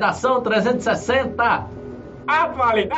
Redação 360. Atualidades!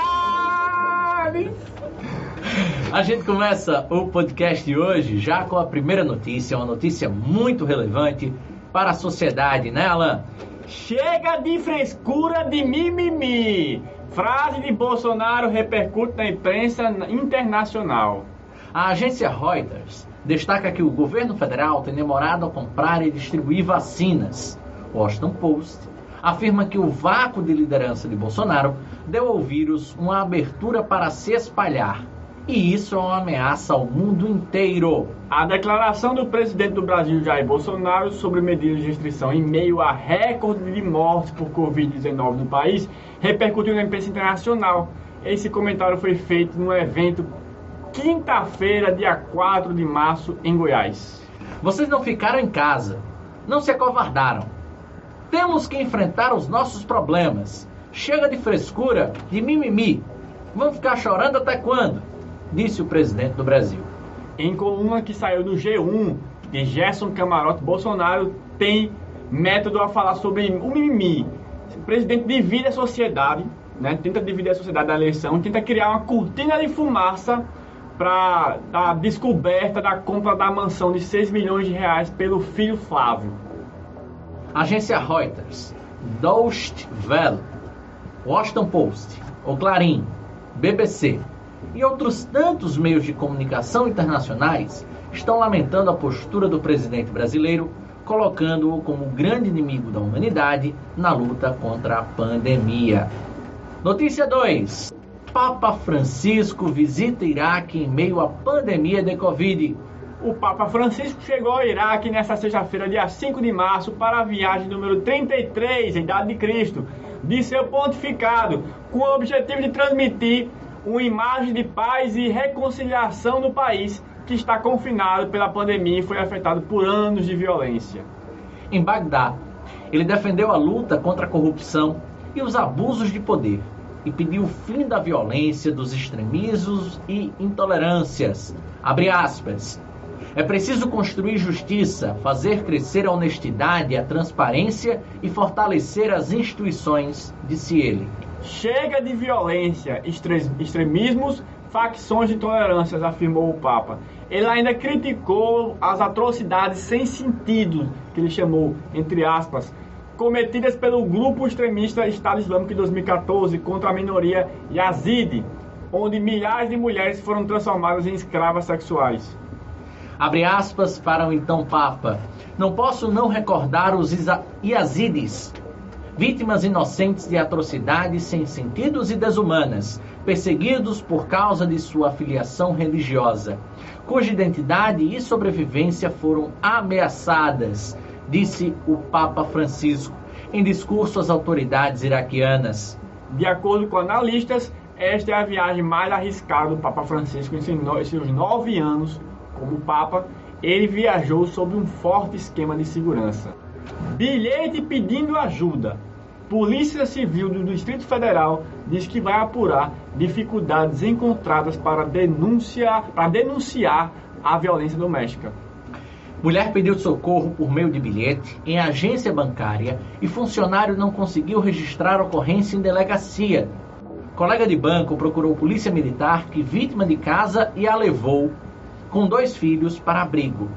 A gente começa o podcast de hoje já com a primeira notícia, uma notícia muito relevante para a sociedade, né, Alan? Chega de frescura de mimimi. Frase de Bolsonaro repercute na imprensa internacional. A agência Reuters destaca que o governo federal tem demorado a comprar e distribuir vacinas. O Washington Post afirma que o vácuo de liderança de Bolsonaro deu ao vírus uma abertura para se espalhar. E isso é uma ameaça ao mundo inteiro. A declaração do presidente do Brasil, Jair Bolsonaro, sobre medidas de restrição em meio a recorde de mortes por Covid-19 no país, repercutiu na imprensa internacional. Esse comentário foi feito num evento quinta-feira, dia 4 de março, em Goiás. Vocês não ficaram em casa, não se acovardaram. Temos que enfrentar os nossos problemas. Chega de frescura, de mimimi. Vamos ficar chorando até quando? Disse o presidente do Brasil. Em coluna que saiu no G1, de Gerson Camarote, Bolsonaro tem método a falar sobre o mimimi. O presidente divide a sociedade, né? Tenta dividir a sociedade da eleição, tenta criar uma cortina de fumaça para a descoberta da compra da mansão de 6 milhões de reais pelo filho Flávio. Agência Reuters, Deutsche Welle, Washington Post, O Clarim, BBC e outros tantos meios de comunicação internacionais estão lamentando a postura do presidente brasileiro, colocando-o como o grande inimigo da humanidade na luta contra a pandemia. Notícia 2. Papa Francisco visita Iraque em meio à pandemia de Covid. O Papa Francisco chegou ao Iraque nesta sexta-feira, dia 5 de março, para a viagem número 33, a Idade de Cristo, de seu pontificado, com o objetivo de transmitir uma imagem de paz e reconciliação no país que está confinado pela pandemia e foi afetado por anos de violência. Em Bagdá, ele defendeu a luta contra a corrupção e os abusos de poder e pediu o fim da violência, dos extremismos e intolerâncias. Abre aspas. É preciso construir justiça, fazer crescer a honestidade, a transparência e fortalecer as instituições, disse ele. Chega de violência, extremismos, facções e intolerâncias, afirmou o Papa. Ele ainda criticou as atrocidades sem sentido, que ele chamou, entre aspas, cometidas pelo grupo extremista Estado Islâmico em 2014 contra a minoria Yazidi, onde milhares de mulheres foram transformadas em escravas sexuais. Abre aspas para o então Papa. Não posso não recordar os Yazidis, vítimas inocentes de atrocidades sem sentidos e desumanas, perseguidos por causa de sua afiliação religiosa, cuja identidade e sobrevivência foram ameaçadas, disse o Papa Francisco em discurso às autoridades iraquianas. De acordo com analistas, esta é a viagem mais arriscada do Papa Francisco em seus 9 anos como Papa. Ele viajou sob um forte esquema de segurança. Bilhete pedindo ajuda. Polícia Civil do Distrito Federal diz que vai apurar dificuldades encontradas para denunciar a violência doméstica. Mulher pediu socorro por meio de bilhete em agência bancária e funcionário não conseguiu registrar ocorrência em delegacia. Colega de banco procurou polícia militar que vítima de casa e a levou com 2 filhos para abrigo.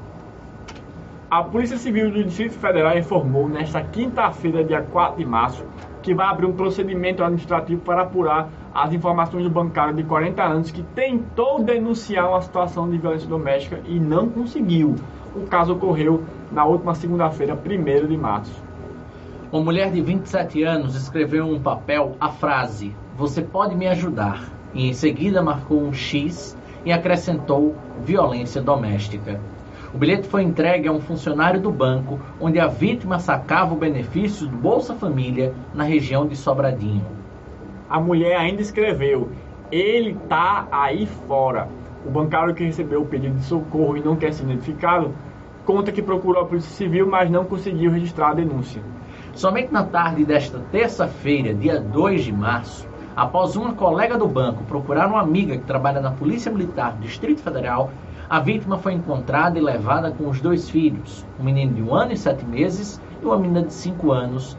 A Polícia Civil do Distrito Federal informou nesta quinta-feira, dia 4 de março, que vai abrir um procedimento administrativo para apurar as informações do bancário de 40 anos que tentou denunciar uma situação de violência doméstica e não conseguiu. O caso ocorreu na última segunda-feira, 1º de março. Uma mulher de 27 anos escreveu em um papel a frase "Você pode me ajudar" e em seguida marcou um X e acrescentou violência doméstica. O bilhete foi entregue a um funcionário do banco, onde a vítima sacava o benefício do Bolsa Família na região de Sobradinho. A mulher ainda escreveu: ele tá aí fora. O bancário que recebeu o pedido de socorro e não quer ser identificado conta que procurou a Polícia Civil, mas não conseguiu registrar a denúncia. Somente na tarde desta terça-feira, dia 2 de março, após uma colega do banco procurar uma amiga que trabalha na Polícia Militar do Distrito Federal, a vítima foi encontrada e levada com os 2 filhos, um menino de 1 ano e 7 meses e uma menina de 5 anos,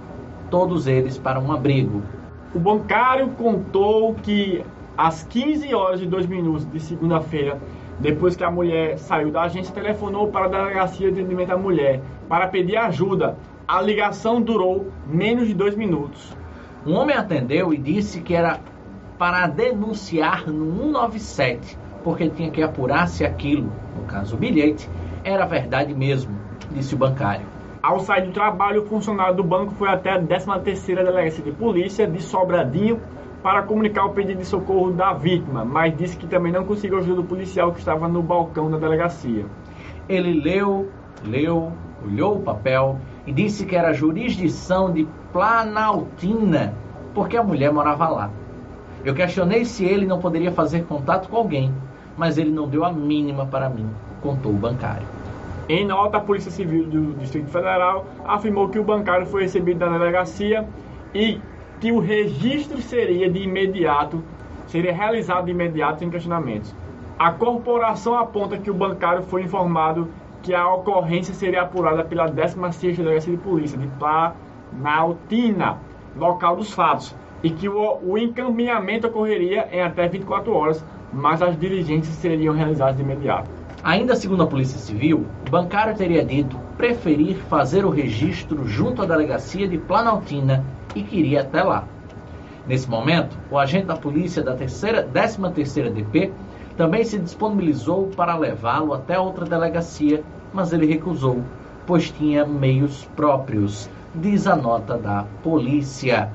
todos eles para um abrigo. O bancário contou que às 15 horas e 2 minutos de segunda-feira, depois que a mulher saiu da agência, telefonou para a Delegacia de Atendimento à Mulher para pedir ajuda. A ligação durou menos de 2 minutos. Um homem atendeu e disse que era para denunciar no 197, porque tinha que apurar se aquilo, no caso o bilhete, era verdade mesmo, disse o bancário. Ao sair do trabalho, o funcionário do banco foi até a 13ª Delegacia de Polícia de Sobradinho para comunicar o pedido de socorro da vítima, mas disse que também não conseguiu ajuda do policial que estava no balcão da delegacia. Ele leu, olhou o papel e disse que era jurisdição de Planaltina, porque a mulher morava lá. Eu questionei se ele não poderia fazer contato com alguém, mas ele não deu a mínima para mim, contou o bancário. Em nota, a Polícia Civil do Distrito Federal afirmou que o bancário foi recebido da delegacia e que o registro seria realizado de imediato sem questionamentos. A corporação aponta que o bancário foi informado que a ocorrência seria apurada pela 16ª Delegacia de Polícia de Planaltina, local dos fatos, e que o encaminhamento ocorreria em até 24 horas, mas as diligências seriam realizadas de imediato. Ainda segundo a Polícia Civil, o bancário teria dito preferir fazer o registro junto à Delegacia de Planaltina e que iria até lá. Nesse momento, o agente da polícia da 13ª DP também se disponibilizou para levá-lo até outra delegacia, mas ele recusou, pois tinha meios próprios, diz a nota da polícia.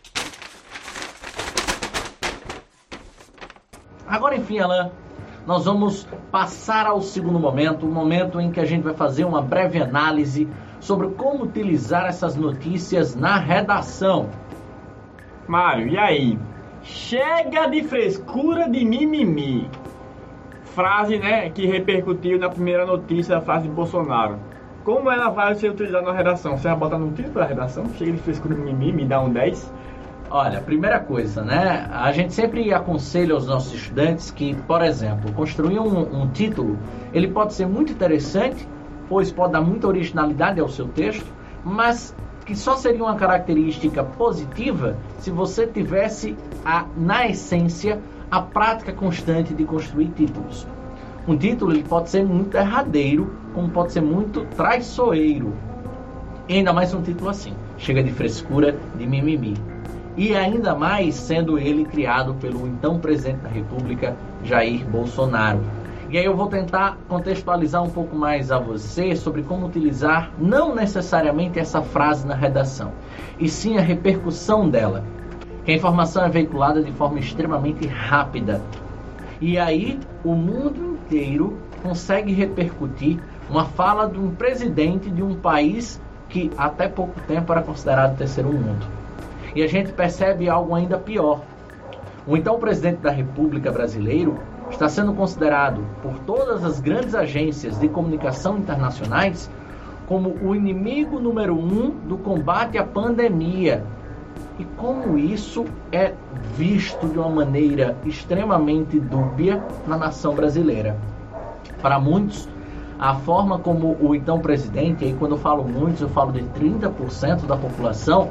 Agora, enfim, Alain, nós vamos passar ao segundo momento, o momento em que a gente vai fazer uma breve análise sobre como utilizar essas notícias na redação. Mário, e aí? Chega de frescura de mimimi. Frase, que repercutiu na primeira notícia da frase de Bolsonaro. Como ela vai ser utilizada na redação? Você vai botar no título da redação? Chega de frescura de mimimi, me dá um 10? Olha, primeira coisa, a gente sempre aconselha aos nossos estudantes que, por exemplo, construir um título, ele pode ser muito interessante, pois pode dar muita originalidade ao seu texto, mas que só seria uma característica positiva se você tivesse, na essência, a prática constante de construir títulos. Um título ele pode ser muito erradeiro, como pode ser muito traiçoeiro. E ainda mais um título assim, chega de frescura de mimimi. E ainda mais sendo ele criado pelo então presidente da República, Jair Bolsonaro. E aí eu vou tentar contextualizar um pouco mais a você sobre como utilizar não necessariamente essa frase na redação, e sim a repercussão dela. Que a informação é veiculada de forma extremamente rápida. E aí o mundo inteiro consegue repercutir uma fala de um presidente de um país que até pouco tempo era considerado terceiro mundo. E a gente percebe algo ainda pior. O então presidente da República brasileiro está sendo considerado por todas as grandes agências de comunicação internacionais como o inimigo número 1 do combate à pandemia. E como isso é visto de uma maneira extremamente dúbia na nação brasileira. Para muitos, a forma como o então presidente, e quando eu falo muitos, eu falo de 30% da população,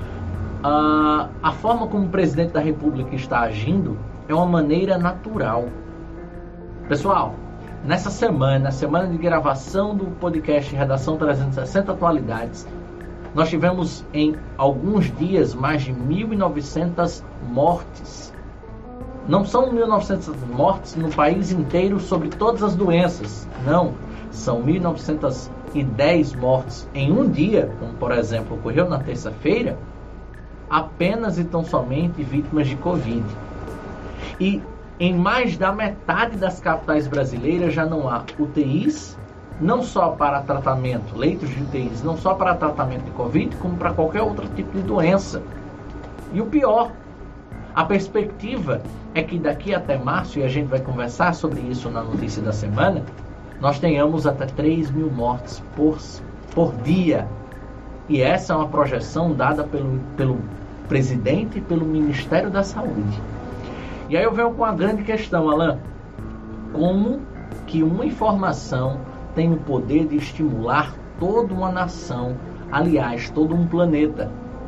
a forma como o presidente da República está agindo é uma maneira natural. Pessoal, nessa semana de gravação do podcast Redação 360 Atualidades, nós tivemos em alguns dias mais de 1.900 mortes. Não são 1.900 mortes no país inteiro sobre todas as doenças. Não, são 1.910 mortes em um dia, como por exemplo ocorreu na terça-feira, apenas e tão somente vítimas de Covid. E em mais da metade das capitais brasileiras já não há UTIs, não só para tratamento, leitos de UTIs, não só para tratamento de Covid, como para qualquer outro tipo de doença. E o pior, a perspectiva é que daqui até março, e a gente vai conversar sobre isso na notícia da semana, nós tenhamos até 3.000 mortes por dia. E essa é uma projeção dada pelo presidente e pelo Ministério da Saúde. E aí eu venho com a grande questão, Alain. Como que uma informação tem o poder de estimular toda uma nação, aliás, todo um planeta?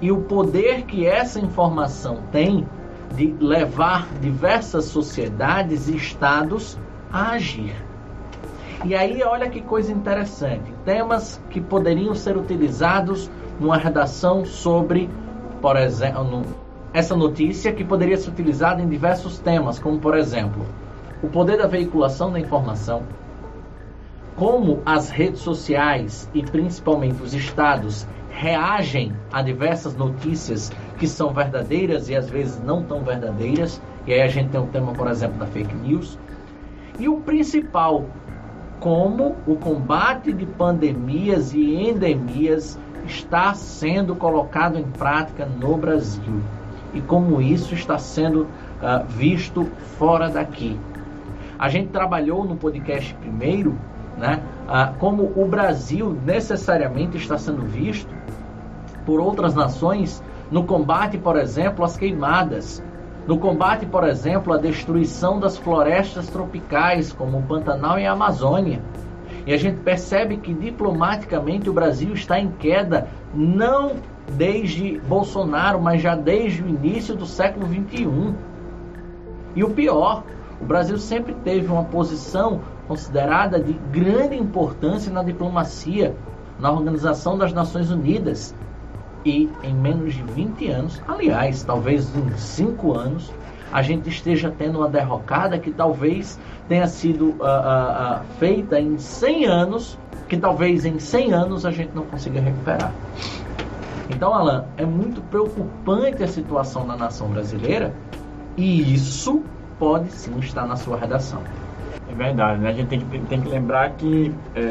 e o poder que essa informação tem de levar diversas sociedades e estados a agir. E aí, olha que coisa interessante, temas que poderiam ser utilizados numa redação sobre, por exemplo, essa notícia que poderia ser utilizada em diversos temas, como por exemplo, o poder da veiculação da informação, como as redes sociais e principalmente os estados reagem a diversas notícias que são verdadeiras e às vezes não tão verdadeiras, e aí a gente tem o tema, por exemplo, da fake news, e o principal, como o combate de pandemias e endemias está sendo colocado em prática no Brasil e como isso está sendo visto fora daqui. A gente trabalhou no podcast primeiro, né, como o Brasil necessariamente está sendo visto por outras nações no combate, por exemplo, às queimadas, no combate, por exemplo, à destruição das florestas tropicais, como o Pantanal e a Amazônia. E a gente percebe que diplomaticamente o Brasil está em queda, não desde Bolsonaro, mas já desde o início do século XXI. E o pior, o Brasil sempre teve uma posição considerada de grande importância na diplomacia, na Organização das Nações Unidas. E em menos de 20 anos, aliás, talvez em 5 anos, a gente esteja tendo uma derrocada que talvez tenha sido feita em 100 anos, que talvez em 100 anos a gente não consiga recuperar. Então, Alan, é muito preocupante a situação da nação brasileira e isso pode sim estar na sua redação. É verdade, né? A gente tem que lembrar que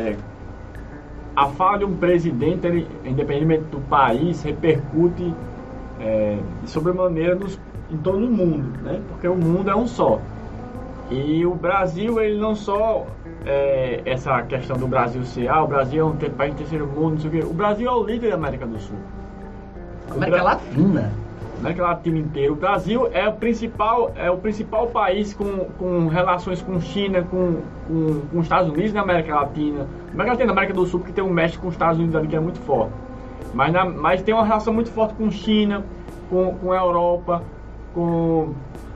a fala de um presidente, ele, independentemente do país, repercute de sobremaneira em todo o mundo, né? Porque o mundo é um só. E o Brasil, ele não só essa questão do Brasil ser, o Brasil é um país terceiro mundo, não sei o quê. O Brasil é o líder da América do Sul. América Latina. América Latina inteira. O Brasil é o principal país com relações com China, com os Estados Unidos na América Latina. América Latina, na América do Sul, porque tem um México com os Estados Unidos ali que é muito forte. Mas tem uma relação muito forte com China, com a Europa, com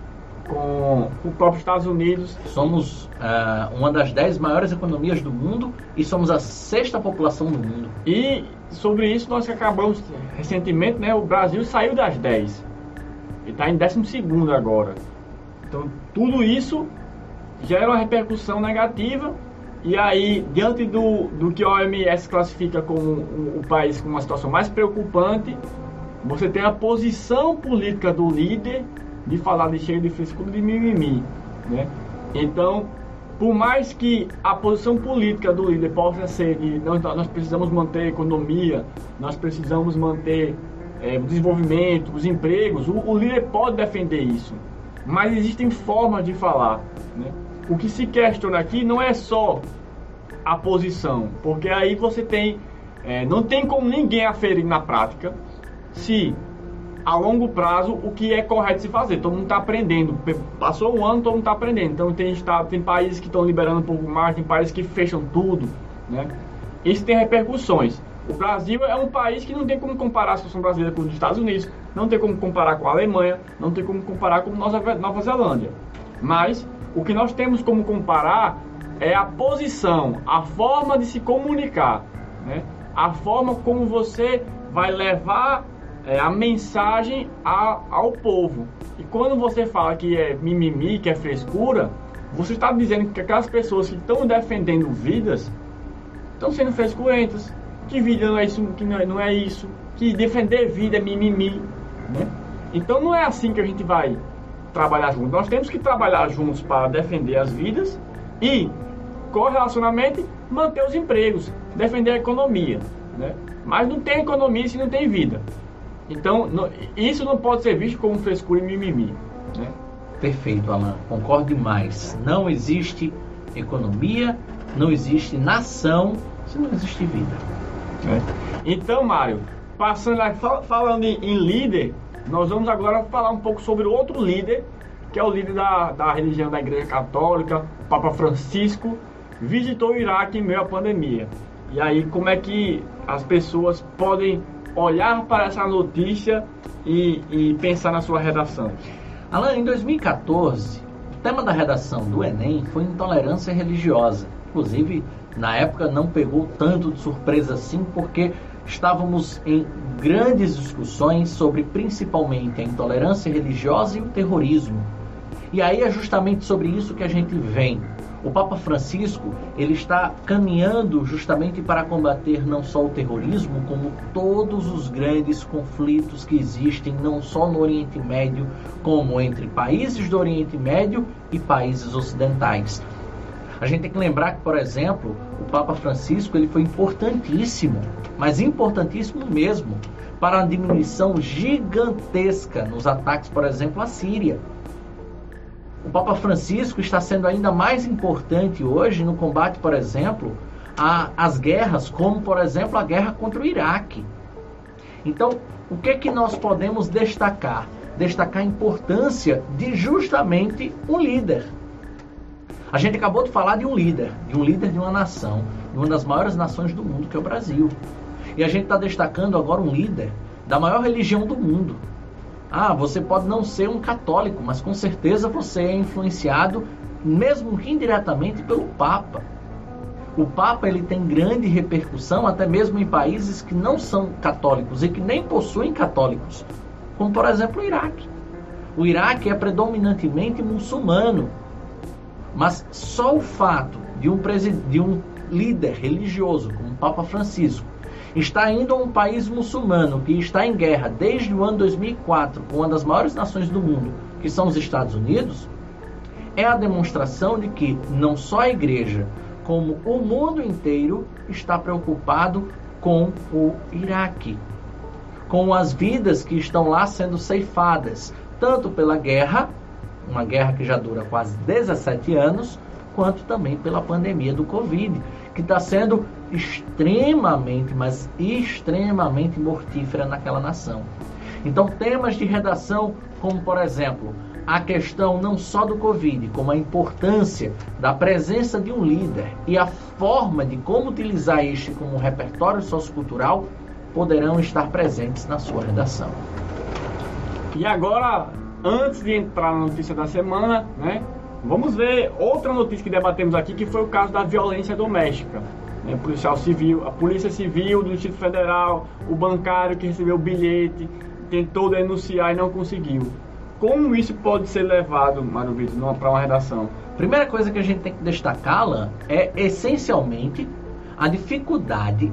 o próprio Estados Unidos. Somos uma das 10 maiores economias do mundo e somos a 6ª população do mundo. E sobre isso nós acabamos recentemente, né? O Brasil saiu das 10. Ele está em 12º agora. Então tudo isso gera uma repercussão negativa. E aí, diante do que a OMS classifica como o país com uma situação mais preocupante, você tem a posição política do líder de falar de cheio de frescura, de mimimi, né? Então, por mais que a posição política do líder possa ser de nós precisamos manter a economia, nós precisamos manter o desenvolvimento, os empregos, o líder pode defender isso, mas existem formas de falar, né? O que se questiona aqui não é só a posição, porque aí você tem não tem como ninguém aferir na prática se a longo prazo o que é correto se fazer. Todo mundo está aprendendo. Passou um ano, todo mundo está aprendendo. Então tem países que estão liberando um pouco mais, tem países que fecham tudo, né? Isso tem repercussões. O Brasil é um país que não tem como comparar a situação brasileira com os Estados Unidos, não tem como comparar com a Alemanha, não tem como comparar com Nova Zelândia. Mas o que nós temos como comparar é a posição, a forma de se comunicar, né? A forma como você vai levar a mensagem ao povo. E quando você fala que é mimimi, que é frescura, você está dizendo que aquelas pessoas que estão defendendo vidas estão sendo frescurentas, que vida não é isso, que não é isso, que defender vida é mimimi, né? Então não é assim que a gente vai trabalhar juntos. Nós temos que trabalhar juntos para defender as vidas e, correlacionamente, manter os empregos, defender a economia, né? Mas não tem economia se não tem vida. Então, isso não pode ser visto como frescura e mimimi, né? Perfeito, Alan. Concordo demais. Não existe economia, não existe nação se não existe vida. Então, Mário, falando em líder, nós vamos agora falar um pouco sobre outro líder, que é o líder da religião da Igreja Católica, Papa Francisco, visitou o Iraque em meio à pandemia. E aí, como é que as pessoas podem olhar para essa notícia e pensar na sua redação? Alan, em 2014, o tema da redação do Enem foi intolerância religiosa. Inclusive, na época não pegou tanto de surpresa assim, porque estávamos em grandes discussões sobre principalmente a intolerância religiosa e o terrorismo. E aí é justamente sobre isso que a gente vem. O Papa Francisco, ele está caminhando justamente para combater não só o terrorismo, como todos os grandes conflitos que existem, não só no Oriente Médio, como entre países do Oriente Médio e países ocidentais. A gente tem que lembrar que, por exemplo, o Papa Francisco ele foi importantíssimo, mas importantíssimo mesmo, para a diminuição gigantesca nos ataques, por exemplo, à Síria. O Papa Francisco está sendo ainda mais importante hoje no combate, por exemplo, às guerras, como, por exemplo, a guerra contra o Iraque. Então, o que é que nós podemos destacar? Destacar a importância de justamente um líder. A gente acabou de falar de um líder de uma nação, de uma das maiores nações do mundo, que é o Brasil. E a gente está destacando agora um líder da maior religião do mundo. Ah, você pode não ser um católico, mas com certeza você é influenciado, mesmo que indiretamente, pelo Papa. O Papa ele tem grande repercussão até mesmo em países que não são católicos e que nem possuem católicos, como por exemplo o Iraque. O Iraque é predominantemente muçulmano, mas só o fato de um líder religioso como o Papa Francisco está indo a um país muçulmano que está em guerra desde o ano 2004 com uma das maiores nações do mundo, que são os Estados Unidos, é a demonstração de que não só a igreja, como o mundo inteiro está preocupado com o Iraque, com as vidas que estão lá sendo ceifadas, tanto pela guerra, uma guerra que já dura quase 17 anos, quanto também pela pandemia do Covid, que está sendo extremamente, mas extremamente mortífera naquela nação. Então, temas de redação como, por exemplo, a questão não só do Covid, como a importância da presença de um líder e a forma de como utilizar este como repertório sociocultural, poderão estar presentes na sua redação. E agora, antes de entrar na notícia da semana, né, vamos ver outra notícia que debatemos aqui, que foi o caso da violência doméstica. A Polícia Civil do Distrito Federal, o bancário que recebeu o bilhete, tentou denunciar e não conseguiu. Como isso pode ser levado, Mário Vitor, para uma redação? Primeira coisa que a gente tem que destacá-la é essencialmente a dificuldade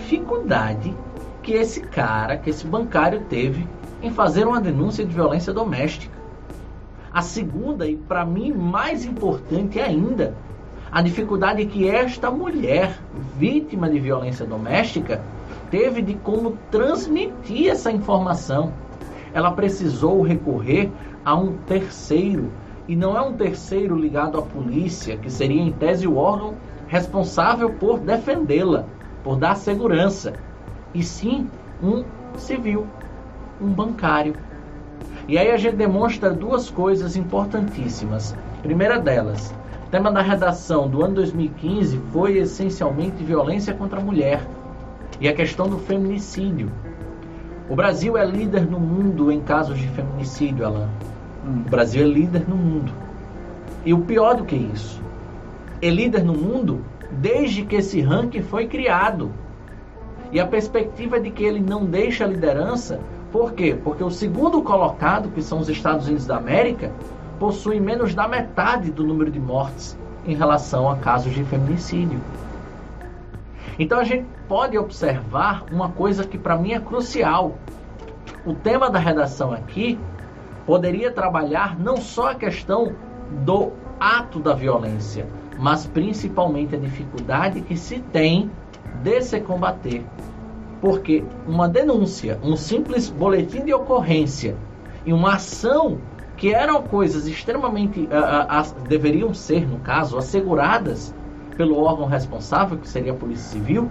que esse bancário teve em fazer uma denúncia de violência doméstica. A segunda, e para mim mais importante ainda, a dificuldade que esta mulher, vítima de violência doméstica, teve de como transmitir essa informação. Ela precisou recorrer a um terceiro, e não é um terceiro ligado à polícia, que seria em tese o órgão responsável por defendê-la, por dar segurança, e sim um civil, um bancário. E aí a gente demonstra duas coisas importantíssimas. Primeira delas, o tema da redação do ano 2015 foi essencialmente violência contra a mulher e a questão do feminicídio. O Brasil é líder no mundo em casos de feminicídio, Alan. O Brasil é líder no mundo. E o pior do que isso, é líder no mundo desde que esse ranking foi criado. E a perspectiva é de que ele não deixa a liderança. Por quê? Porque o segundo colocado, que são os Estados Unidos da América, possui menos da metade do número de mortes em relação a casos de feminicídio. Então a gente pode observar uma coisa que para mim é crucial. O tema da redação aqui poderia trabalhar não só a questão do ato da violência, mas principalmente a dificuldade que se tem de se combater. Porque uma denúncia, um simples boletim de ocorrência e uma ação que eram coisas extremamente, deveriam ser, no caso, asseguradas pelo órgão responsável, que seria a Polícia Civil,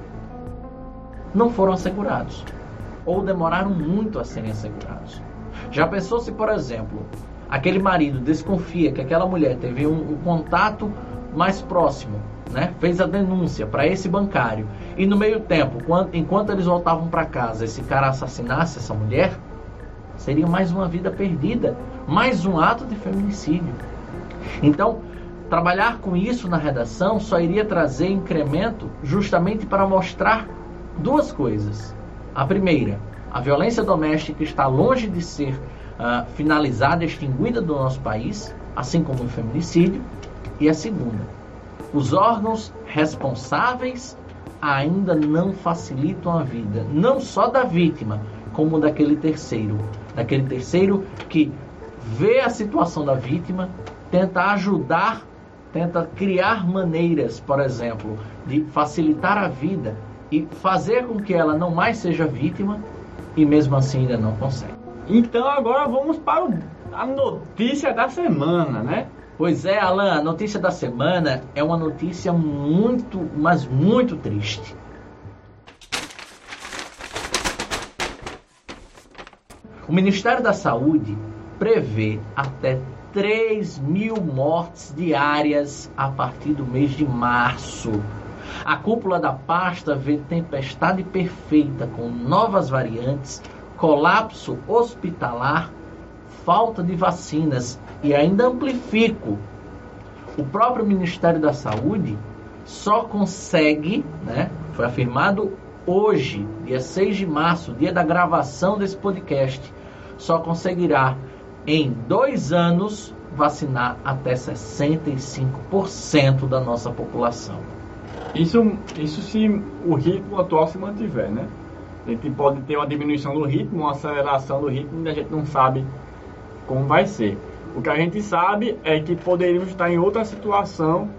não foram assegurados. Ou demoraram muito a serem assegurados. Já pensou se, por exemplo, aquele marido desconfia que aquela mulher teve um contato mais próximo, né, fez a denúncia para esse bancário e no meio tempo, enquanto eles voltavam para casa, esse cara assassinasse essa mulher, seria mais uma vida perdida, mais um ato de feminicídio. Então, trabalhar com isso na redação só iria trazer incremento justamente para mostrar duas coisas. A primeira, a violência doméstica está longe de ser finalizada, extinguida do nosso país, assim como o feminicídio. E a segunda, os órgãos responsáveis ainda não facilitam a vida, não só da vítima, como daquele terceiro que vê a situação da vítima, tenta ajudar, tenta criar maneiras, por exemplo, de facilitar a vida e fazer com que ela não mais seja vítima e mesmo assim ainda não consegue. Então agora vamos para a notícia da semana, né? Pois é, Alan, a notícia da semana é uma notícia muito, mas muito triste. O Ministério da Saúde prevê até 3.000 mortes diárias a partir do mês de março. A cúpula da pasta vê tempestade perfeita com novas variantes, colapso hospitalar, falta de vacinas e ainda amplifico. O próprio Ministério da Saúde só consegue, foi afirmado hoje, dia 6 de março, dia da gravação desse podcast, só conseguirá em 2 anos vacinar até 65% da nossa população. Isso se o ritmo atual se mantiver, né? A gente pode ter uma diminuição do ritmo, uma aceleração do ritmo, e a gente não sabe como vai ser. O que a gente sabe é que poderíamos estar em outra situação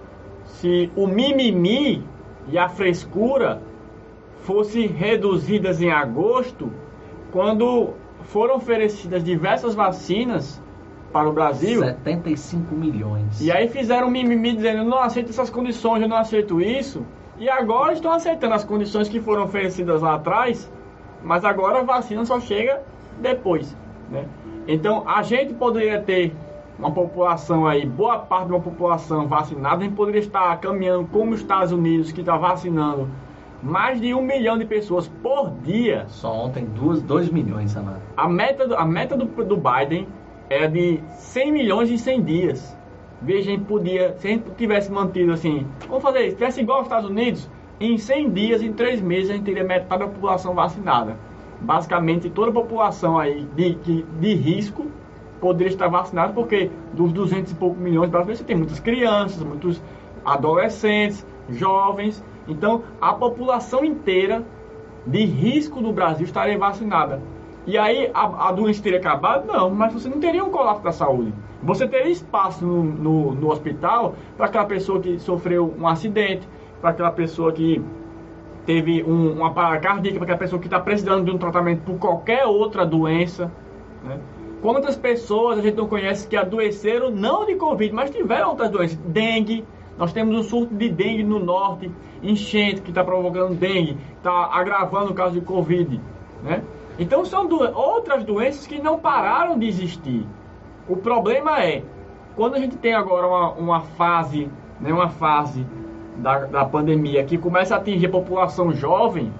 se o mimimi e a frescura fossem reduzidas em agosto, quando foram oferecidas diversas vacinas para o Brasil. 75 milhões. E aí fizeram um mimimi dizendo, eu não aceito essas condições, eu não aceito isso. E agora estão aceitando as condições que foram oferecidas lá atrás, mas agora a vacina só chega depois, né? Então a gente poderia ter uma população aí, boa parte de uma população vacinada, a gente poderia estar caminhando como os Estados Unidos, que está vacinando mais de 1 milhão de pessoas por dia. Só ontem 2 milhões, Ana. A meta do Biden era de 100 milhões em 100 dias. Veja, a gente podia, se a gente tivesse mantido assim, vamos fazer isso, tivesse igual aos Estados Unidos, em 100 dias, em 3 meses, a gente teria metade da população vacinada. Basicamente, toda a população aí de risco poderia estar vacinada, porque dos 200 e poucos milhões de brasileiros, você tem muitas crianças, muitos adolescentes, jovens. Então, a população inteira de risco do Brasil estaria vacinada. E aí, a doença teria acabado? Não, mas você não teria um colapso da saúde. Você teria espaço no hospital para aquela pessoa que sofreu um acidente, para aquela pessoa que teve uma parada cardíaca, para aquela pessoa que está precisando de um tratamento por qualquer outra doença, né? Quantas pessoas a gente não conhece que adoeceram, não de Covid, mas tiveram outras doenças? Dengue. Nós temos um surto de dengue no norte, enchente que está provocando dengue, está agravando o caso de Covid, né? Então são outras doenças que não pararam de existir. O problema é, quando a gente tem agora uma fase da pandemia que começa a atingir a população jovem,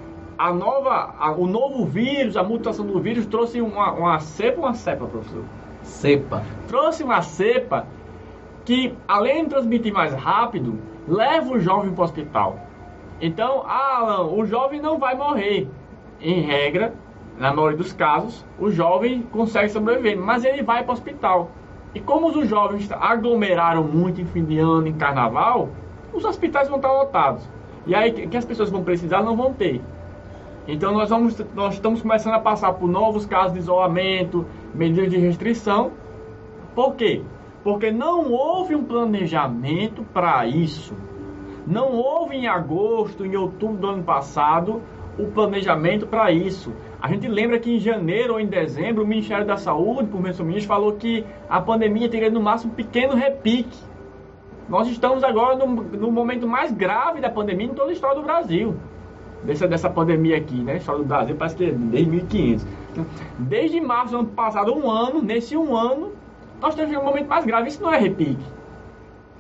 o novo vírus, a mutação do vírus trouxe uma cepa, professor? Cepa. Trouxe uma cepa que, além de transmitir mais rápido, leva o jovem para o hospital. Então, Alan, o jovem não vai morrer. Em regra, na maioria dos casos, o jovem consegue sobreviver, mas ele vai para o hospital. E como os jovens aglomeraram muito em fim de ano, em carnaval, os hospitais vão estar lotados. E aí, que as pessoas vão precisar, não vão ter. Então, nós estamos começando a passar por novos casos de isolamento, medidas de restrição. Por quê? Porque não houve um planejamento para isso. Não houve em agosto, em outubro do ano passado, o planejamento para isso. A gente lembra que em janeiro ou em dezembro, o Ministério da Saúde, por meio do seu ministro, falou que a pandemia teria no máximo um pequeno repique. Nós estamos agora no momento mais grave da pandemia em toda a história do Brasil. Dessa pandemia aqui, né? A história do Brasil parece que é desde 1500. Desde março do ano passado, nesse um ano, nós temos um momento mais grave. Isso não é repique.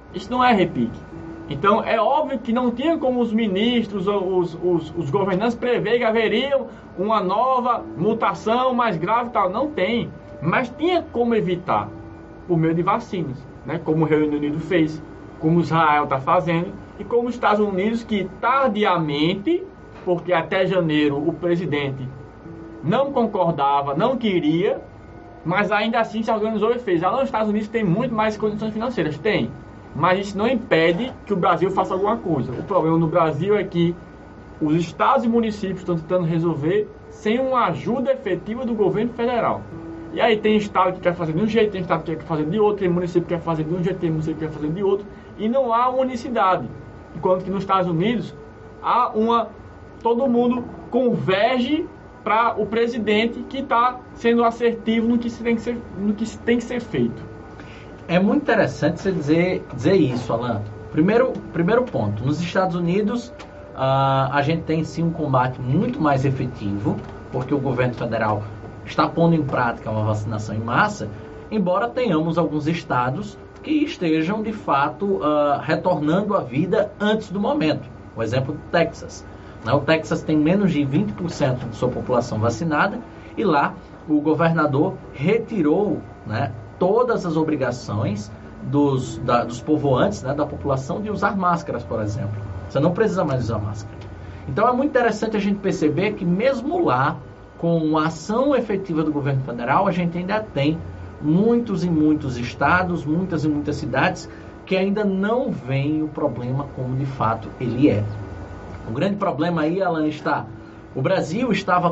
Isso não é repique. Então é óbvio que não tinha como os ministros ou os governantes prever que haveria uma nova mutação mais grave e tal. Não tem. Mas tinha como evitar por meio de vacinas, né? Como o Reino Unido fez, como Israel está fazendo e como os Estados Unidos, que tardiamente, porque até janeiro o presidente não concordava, não queria, mas ainda assim se organizou e fez. Os Estados Unidos têm muito mais condições financeiras, tem. Mas isso não impede que o Brasil faça alguma coisa. O problema no Brasil é que os estados e municípios estão tentando resolver sem uma ajuda efetiva do governo federal. E aí tem estado que quer fazer de um jeito, tem estado que quer fazer de outro, tem município que quer fazer de um jeito, tem município que quer fazer de outro, e não há unicidade. Enquanto que nos Estados Unidos há todo mundo converge para o presidente que está sendo assertivo no que tem que ser feito. É muito interessante você dizer isso, Alan. Primeiro ponto, nos Estados Unidos a gente tem sim um combate muito mais efetivo, porque o governo federal está pondo em prática uma vacinação em massa, embora tenhamos alguns estados que estejam de fato retornando à vida antes do momento. O exemplo do Texas. O Texas tem menos de 20% de sua população vacinada e lá o governador retirou, né, todas as obrigações dos povoantes, né, da população de usar máscaras, por exemplo. Você não precisa mais usar máscara. Então é muito interessante a gente perceber que mesmo lá, com a ação efetiva do governo federal, a gente ainda tem muitos e muitos estados, muitas e muitas cidades que ainda não veem o problema como de fato ele é. O grande problema aí, Alan, está... O Brasil estava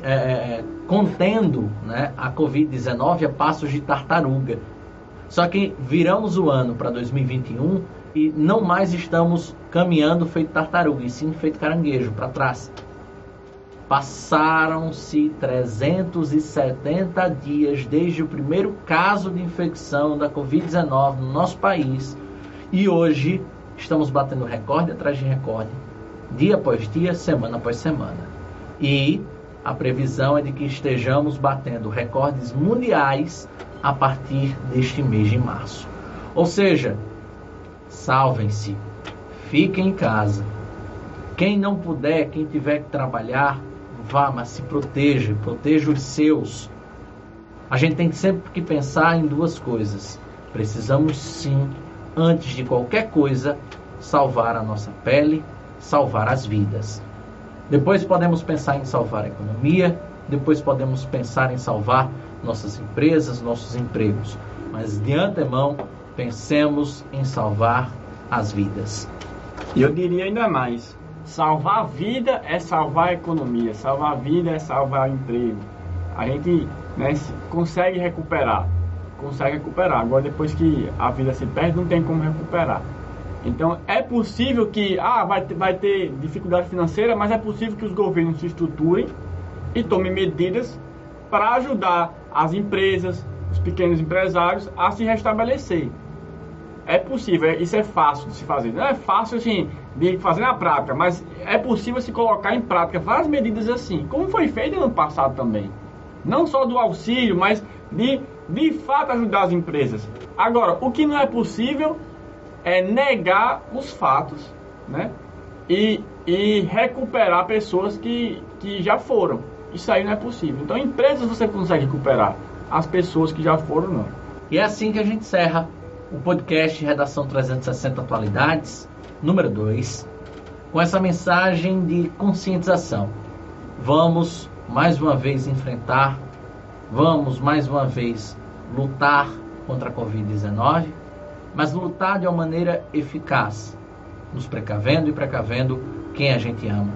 contendo, né, a Covid-19 a passos de tartaruga. Só que viramos o ano para 2021 e não mais estamos caminhando feito tartaruga, e sim feito caranguejo, para trás. Passaram-se 370 dias desde o primeiro caso de infecção da Covid-19 no nosso país. E hoje estamos batendo recorde atrás de recorde, dia após dia, semana após semana. E a previsão é de que estejamos batendo recordes mundiais a partir deste mês de março. Ou seja, salvem-se, fiquem em casa. Quem não puder, quem tiver que trabalhar, vá, mas se proteja os seus. A gente tem sempre que pensar em duas coisas. Precisamos sim, antes de qualquer coisa, salvar a nossa pele, salvar as vidas. Depois podemos pensar em salvar a economia, depois podemos pensar em salvar nossas empresas, nossos empregos. Mas de antemão, pensemos em salvar as vidas. E eu diria ainda mais, salvar a vida é salvar a economia, salvar a vida é salvar o emprego. A gente, né, consegue recuperar. Agora, depois que a vida se perde, não tem como recuperar. Então, é possível que vai ter dificuldade financeira, mas é possível que os governos se estruturem e tomem medidas para ajudar as empresas, os pequenos empresários a se restabelecer. É possível, isso é fácil de se fazer. Não é fácil assim, de fazer na prática, mas é possível se colocar em prática várias medidas assim, como foi feito no ano passado também. Não só do auxílio, mas de fato ajudar as empresas. Agora, o que não é possível é negar os fatos, né? E recuperar pessoas que já foram. Isso aí não é possível. Então, empresas você consegue recuperar, as pessoas que já foram, não. E é assim que a gente encerra o podcast Redação 360 Atualidades, número 2, com essa mensagem de conscientização. Vamos, mais uma vez, enfrentar, vamos, mais uma vez, lutar contra a Covid-19, mas lutar de uma maneira eficaz, nos precavendo e precavendo quem a gente ama.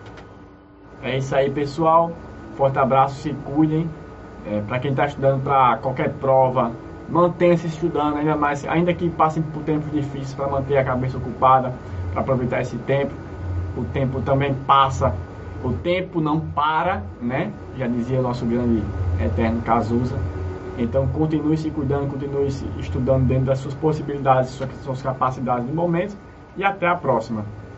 É isso aí, pessoal. Forte abraço, se cuidem. Para quem está estudando para qualquer prova, mantenha-se estudando, ainda que passem por tempos difíceis, para manter a cabeça ocupada, para aproveitar esse tempo. O tempo também passa, o tempo não para, né? Já dizia o nosso grande eterno Cazuza. Então continue se cuidando, continue se estudando dentro das suas possibilidades, suas capacidades no momento, e até a próxima.